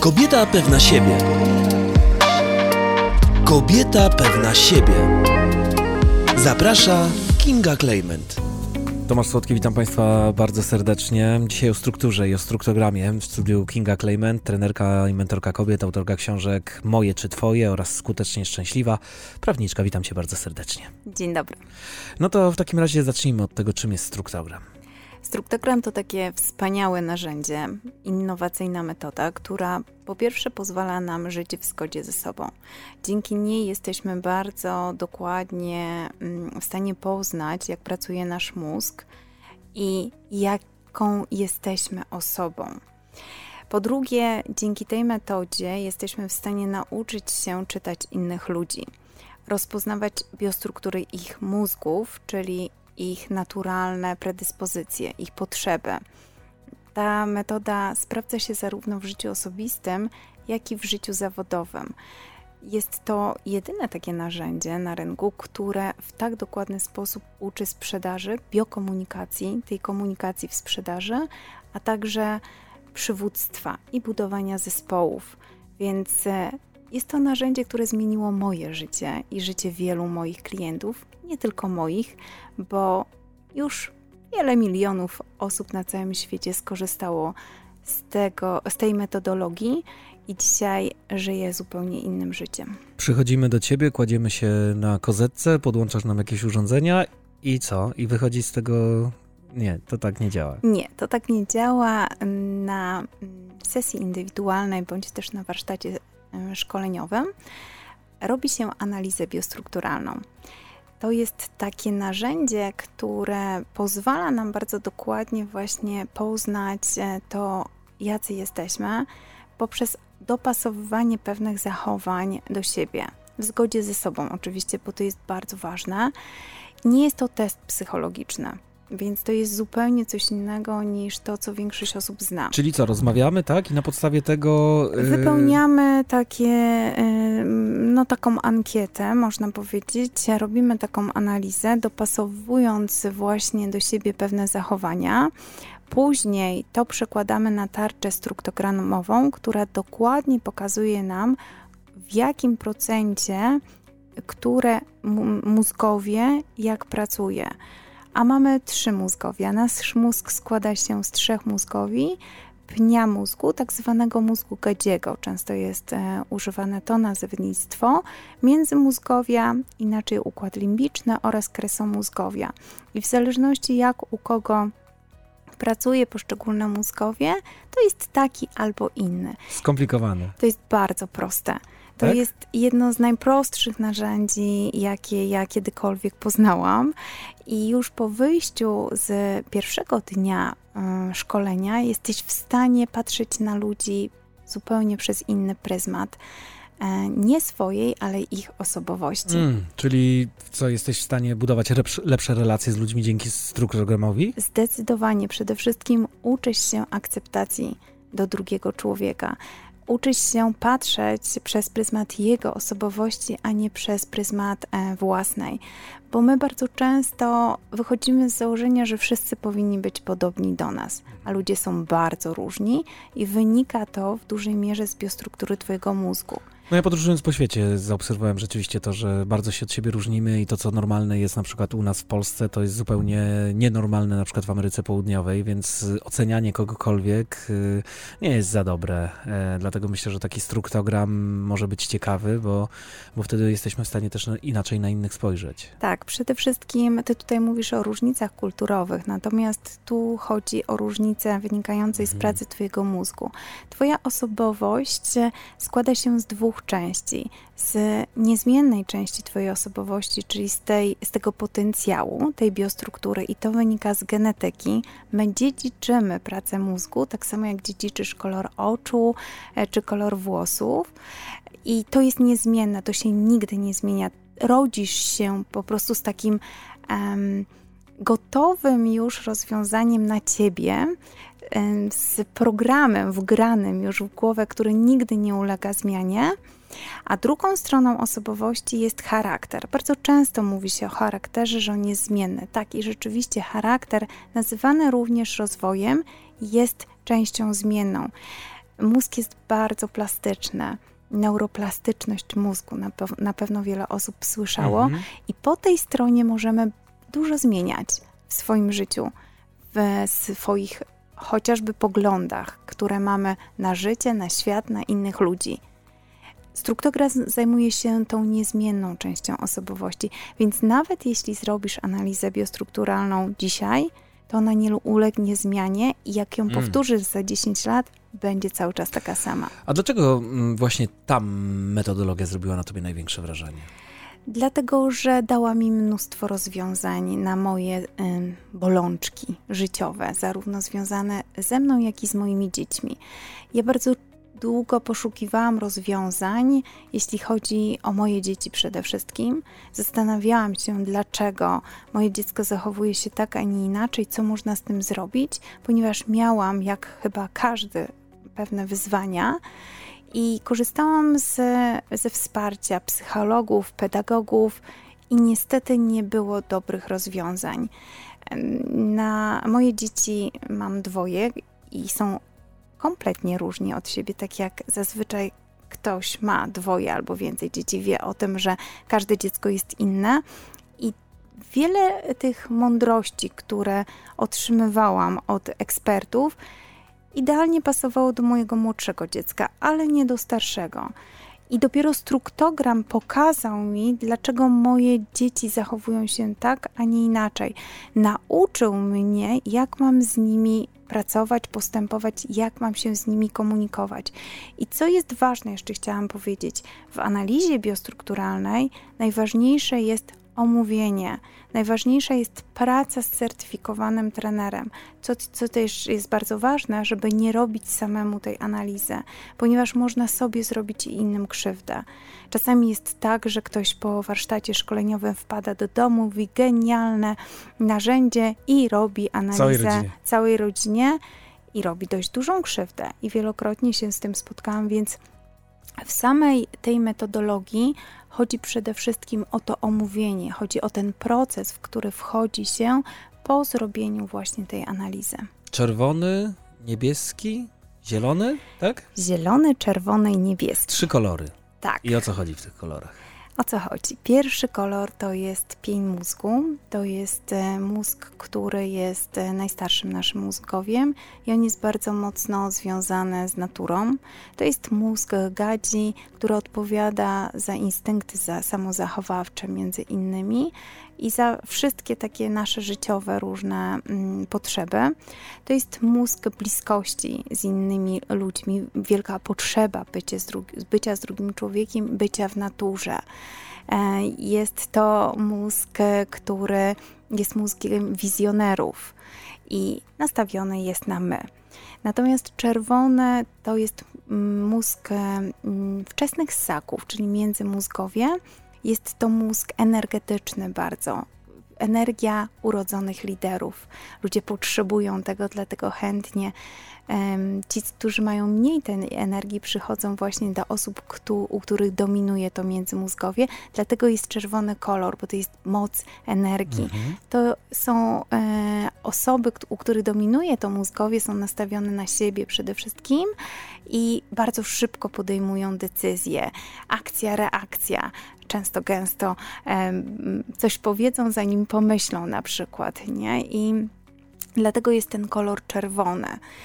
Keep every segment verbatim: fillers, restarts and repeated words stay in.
Kobieta pewna siebie. Kobieta pewna siebie. Zaprasza Kinga Klejment. Tomasz Słodki, witam Państwa bardzo serdecznie. Dzisiaj o strukturze i o strukturogramie w studiu Kinga Klejment, trenerka i mentorka kobiet, autorka książek Moje czy Twoje oraz Skutecznie Szczęśliwa, prawniczka. Witam Cię bardzo serdecznie. Dzień dobry. No to w takim razie zacznijmy od tego, czym jest struktogram. Struktogram to takie wspaniałe narzędzie, innowacyjna metoda, która po pierwsze pozwala nam żyć w zgodzie ze sobą. Dzięki niej jesteśmy bardzo dokładnie w stanie poznać, jak pracuje nasz mózg i jaką jesteśmy osobą. Po drugie, dzięki tej metodzie jesteśmy w stanie nauczyć się czytać innych ludzi, rozpoznawać biostruktury ich mózgów, czyli ich naturalne predyspozycje, ich potrzeby. Ta metoda sprawdza się zarówno w życiu osobistym, jak i w życiu zawodowym. Jest to jedyne takie narzędzie na rynku, które w tak dokładny sposób uczy sprzedaży, biokomunikacji, tej komunikacji w sprzedaży, a także przywództwa i budowania zespołów. Więc jest to narzędzie, które zmieniło moje życie i życie wielu moich klientów, nie tylko moich, bo już wiele milionów osób na całym świecie skorzystało z, tego, z tej metodologii i dzisiaj żyje zupełnie innym życiem. Przychodzimy do Ciebie, kładziemy się na kozetce, podłączasz nam jakieś urządzenia i co? I wychodzi z tego... Nie, to tak nie działa. Nie, to tak nie działa. Na sesji indywidualnej bądź też na warsztacie szkoleniowym robi się analizę biostrukturalną. To jest takie narzędzie, które pozwala nam bardzo dokładnie właśnie poznać to, jacy jesteśmy, poprzez dopasowywanie pewnych zachowań do siebie. W zgodzie ze sobą oczywiście, bo to jest bardzo ważne. Nie jest to test psychologiczny. Więc to jest zupełnie coś innego niż to, co większość osób zna. Czyli co, rozmawiamy, tak? I na podstawie tego... Yy... Wypełniamy takie, yy, no taką ankietę, można powiedzieć. Robimy taką analizę, dopasowując właśnie do siebie pewne zachowania. Później to przekładamy na tarczę struktogramową, która dokładnie pokazuje nam, w jakim procencie, które m- mózgowie jak pracuje. A mamy trzy mózgowia. Nasz mózg składa się z trzech mózgowi, pnia mózgu, tak zwanego mózgu gadziego. Często jest e, używane to nazewnictwo. Międzymózgowia, inaczej układ limbiczny oraz kresomózgowia. I w zależności jak u kogo pracuje poszczególne mózgowie, to jest taki albo inny. Skomplikowane. To jest bardzo proste. To tak? jest jedno z najprostszych narzędzi, jakie ja kiedykolwiek poznałam. I już po wyjściu z pierwszego dnia y, szkolenia jesteś w stanie patrzeć na ludzi zupełnie przez inny pryzmat. Y, nie swojej, ale ich osobowości. Mm, czyli co, jesteś w stanie budować lepsze, lepsze relacje z ludźmi dzięki struktogramowi? Zdecydowanie. Przede wszystkim uczysz się akceptacji do drugiego człowieka. Uczyć się patrzeć przez pryzmat jego osobowości, a nie przez pryzmat e, własnej. Bo my bardzo często wychodzimy z założenia, że wszyscy powinni być podobni do nas, a ludzie są bardzo różni i wynika to w dużej mierze z biostruktury twojego mózgu. No ja podróżując po świecie zaobserwowałem rzeczywiście to, że bardzo się od siebie różnimy i to, co normalne jest na przykład u nas w Polsce, to jest zupełnie nienormalne na przykład w Ameryce Południowej, więc ocenianie kogokolwiek nie jest za dobre. Dlatego myślę, że taki struktogram może być ciekawy, bo, bo wtedy jesteśmy w stanie też inaczej na innych spojrzeć. Tak, przede wszystkim ty tutaj mówisz o różnicach kulturowych, natomiast tu chodzi o różnice wynikające z pracy twojego mózgu. Twoja osobowość składa się z dwóch części. Z niezmiennej części twojej osobowości, czyli z, tej, z tego potencjału, tej biostruktury i to wynika z genetyki. My dziedziczymy pracę mózgu, tak samo jak dziedziczysz kolor oczu czy kolor włosów i to jest niezmienne, to się nigdy nie zmienia. Rodzisz się po prostu z takim um, gotowym już rozwiązaniem na ciebie, um, z programem wgranym już w głowę, który nigdy nie ulega zmianie. A drugą stroną osobowości jest charakter. Bardzo często mówi się o charakterze, że on jest zmienny. Tak, i rzeczywiście charakter, nazywany również rozwojem, jest częścią zmienną. Mózg jest bardzo plastyczny. Neuroplastyczność mózgu na, pe- na pewno wiele osób słyszało. Mhm. I po tej stronie możemy dużo zmieniać w swoim życiu, w swoich chociażby poglądach, które mamy na życie, na świat, na innych ludzi. Struktogram zajmuje się tą niezmienną częścią osobowości, więc nawet jeśli zrobisz analizę biostrukturalną dzisiaj, to ona nie ulegnie zmianie i jak ją Mm. powtórzysz za dziesięć lat, będzie cały czas taka sama. A dlaczego mm, właśnie ta metodologia zrobiła na tobie największe wrażenie? Dlatego, że dała mi mnóstwo rozwiązań na moje y, bolączki życiowe, zarówno związane ze mną, jak i z moimi dziećmi. Ja bardzo długo poszukiwałam rozwiązań, jeśli chodzi o moje dzieci przede wszystkim. Zastanawiałam się, dlaczego moje dziecko zachowuje się tak, a nie inaczej, co można z tym zrobić, ponieważ miałam, jak chyba każdy, pewne wyzwania i korzystałam z, ze wsparcia psychologów, pedagogów i niestety nie było dobrych rozwiązań. Na moje dzieci mam dwoje i są kompletnie różni od siebie, tak jak zazwyczaj ktoś ma dwoje albo więcej dzieci, wie o tym, że każde dziecko jest inne i wiele tych mądrości, które otrzymywałam od ekspertów, idealnie pasowało do mojego młodszego dziecka, ale nie do starszego. I dopiero struktogram pokazał mi, dlaczego moje dzieci zachowują się tak, a nie inaczej. Nauczył mnie, jak mam z nimi pracować, postępować, jak mam się z nimi komunikować. I co jest ważne, jeszcze chciałam powiedzieć, w analizie biostrukturalnej najważniejsze jest omówienie. Najważniejsza jest praca z certyfikowanym trenerem, co, co też jest bardzo ważne, żeby nie robić samemu tej analizy, ponieważ można sobie zrobić i innym krzywdę. Czasami jest tak, że ktoś po warsztacie szkoleniowym wpada do domu, mówi genialne narzędzie i robi analizę Całej rodzinie. całej rodzinie i robi dość dużą krzywdę. I wielokrotnie się z tym spotkałam, więc w samej tej metodologii chodzi przede wszystkim o to omówienie, chodzi o ten proces, w który wchodzi się po zrobieniu właśnie tej analizy. Czerwony, niebieski, zielony, tak? Zielony, czerwony i niebieski. Trzy kolory. Tak. I o co chodzi w tych kolorach? O co chodzi? Pierwszy kolor to jest pień mózgu. To jest mózg, który jest najstarszym naszym mózgowiem i on jest bardzo mocno związany z naturą. To jest mózg gadzi, który odpowiada za instynkty za samozachowawcze między innymi i za wszystkie takie nasze życiowe różne mm, potrzeby. To jest mózg bliskości z innymi ludźmi, wielka potrzeba bycia z, dru- bycia z drugim człowiekiem, bycia w naturze. E, jest to mózg, który jest mózgiem wizjonerów i nastawiony jest na my. Natomiast czerwone to jest mózg mm, wczesnych ssaków, czyli międzymózgowie. Jest to mózg energetyczny bardzo, energia urodzonych liderów. Ludzie potrzebują tego, dlatego chętnie um, ci, którzy mają mniej tej energii, przychodzą właśnie do osób, kto, u których dominuje to międzymózgowie. Dlatego jest czerwony kolor, bo to jest moc energii. Mhm. To są e, osoby, u których dominuje to mózgowie, są nastawione na siebie przede wszystkim i bardzo szybko podejmują decyzje. Akcja, reakcja. Często, gęsto um, coś powiedzą, zanim pomyślą na przykład, nie? I dlatego jest ten kolor czerwony.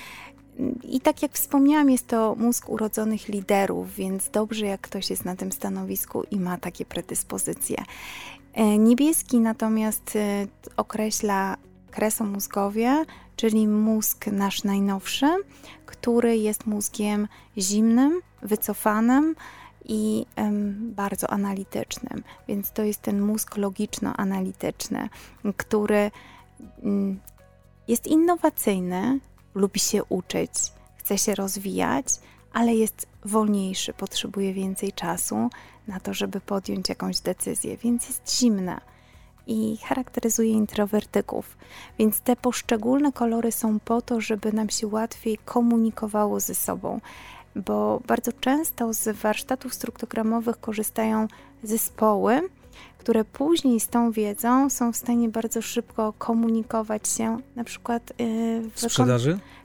I tak jak wspomniałam, jest to mózg urodzonych liderów, więc dobrze, jak ktoś jest na tym stanowisku i ma takie predyspozycje. Niebieski natomiast określa kresomózgowie, czyli mózg nasz najnowszy, który jest mózgiem zimnym, wycofanym, i um, bardzo analitycznym. Więc to jest ten mózg logiczno-analityczny, który um, jest innowacyjny, lubi się uczyć, chce się rozwijać, ale jest wolniejszy, potrzebuje więcej czasu na to, żeby podjąć jakąś decyzję, więc jest zimny i charakteryzuje introwertyków. Więc te poszczególne kolory są po to, żeby nam się łatwiej komunikowało ze sobą. Bo bardzo często z warsztatów struktogramowych korzystają zespoły, które później z tą wiedzą są w stanie bardzo szybko komunikować się, na przykład w sprzedaży? W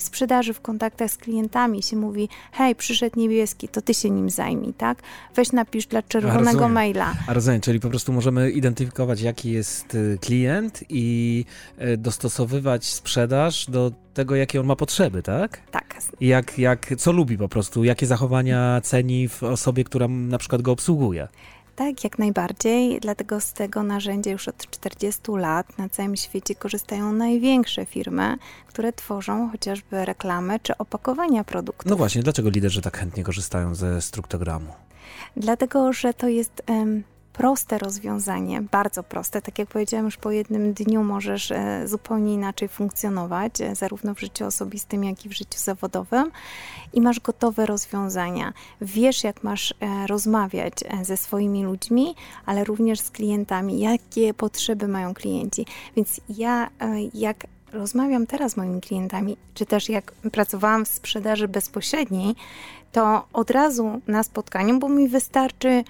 w sprzedaży, w kontaktach z klientami się mówi, hej, przyszedł niebieski, to ty się nim zajmij, tak? Weź napisz dla czerwonego maila. A rozumiem, czyli po prostu możemy identyfikować, jaki jest klient i dostosowywać sprzedaż do tego, jakie on ma potrzeby, tak? Tak. I jak, jak, co lubi po prostu, jakie zachowania ceni w osobie, która na przykład go obsługuje. Tak, jak najbardziej, dlatego z tego narzędzia już od czterdziestu lat na całym świecie korzystają największe firmy, które tworzą chociażby reklamy czy opakowania produktów. No właśnie, dlaczego liderzy tak chętnie korzystają ze struktogramu? Dlatego, że to jest um, proste rozwiązanie, bardzo proste. Tak jak powiedziałam, już po jednym dniu możesz e, zupełnie inaczej funkcjonować, e, zarówno w życiu osobistym, jak i w życiu zawodowym i masz gotowe rozwiązania. Wiesz, jak masz e, rozmawiać e, ze swoimi ludźmi, ale również z klientami, jakie potrzeby mają klienci. Więc ja, e, jak rozmawiam teraz z moimi klientami, czy też jak pracowałam w sprzedaży bezpośredniej, to od razu na spotkaniu, bo mi wystarczy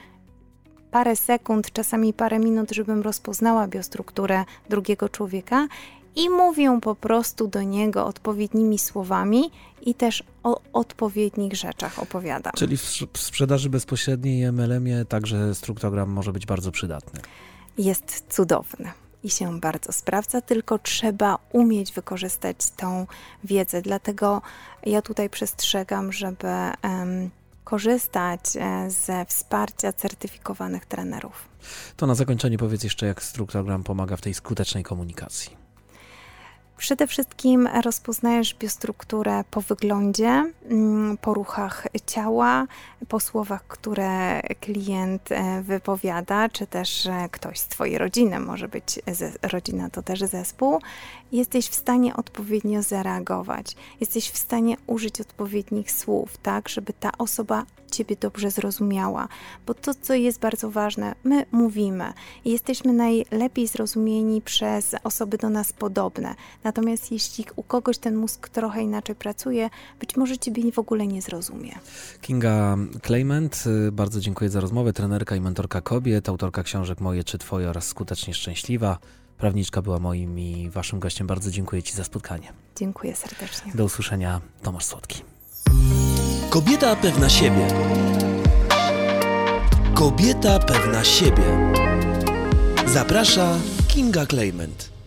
parę sekund, czasami parę minut, żebym rozpoznała biostrukturę drugiego człowieka i mówię po prostu do niego odpowiednimi słowami i też o odpowiednich rzeczach opowiadam. Czyli w sprzedaży bezpośredniej i M L M-ie także struktogram może być bardzo przydatny. Jest cudowny i się bardzo sprawdza, tylko trzeba umieć wykorzystać tą wiedzę. Dlatego ja tutaj przestrzegam, żeby um, korzystać ze wsparcia certyfikowanych trenerów. To na zakończenie powiedz jeszcze, jak struktogram pomaga w tej skutecznej komunikacji. Przede wszystkim rozpoznajesz biostrukturę po wyglądzie, po ruchach ciała, po słowach, które klient wypowiada, czy też ktoś z twojej rodziny, może być rodzina, to też zespół. Jesteś w stanie odpowiednio zareagować. Jesteś w stanie użyć odpowiednich słów, tak, żeby ta osoba ciebie dobrze zrozumiała. Bo to, co jest bardzo ważne, my mówimy i jesteśmy najlepiej zrozumieni przez osoby do nas podobne. Natomiast jeśli u kogoś ten mózg trochę inaczej pracuje, być może ciebie w ogóle nie zrozumie. Kinga Klejment, bardzo dziękuję za rozmowę. Trenerka i mentorka kobiet, autorka książek Moje czy Twoje oraz Skutecznie Szczęśliwa. Prawniczka była moim i waszym gościem. Bardzo dziękuję ci za spotkanie. Dziękuję serdecznie. Do usłyszenia. Tomasz Słodki. Kobieta pewna siebie. Kobieta pewna siebie. Zaprasza Kinga Klejment.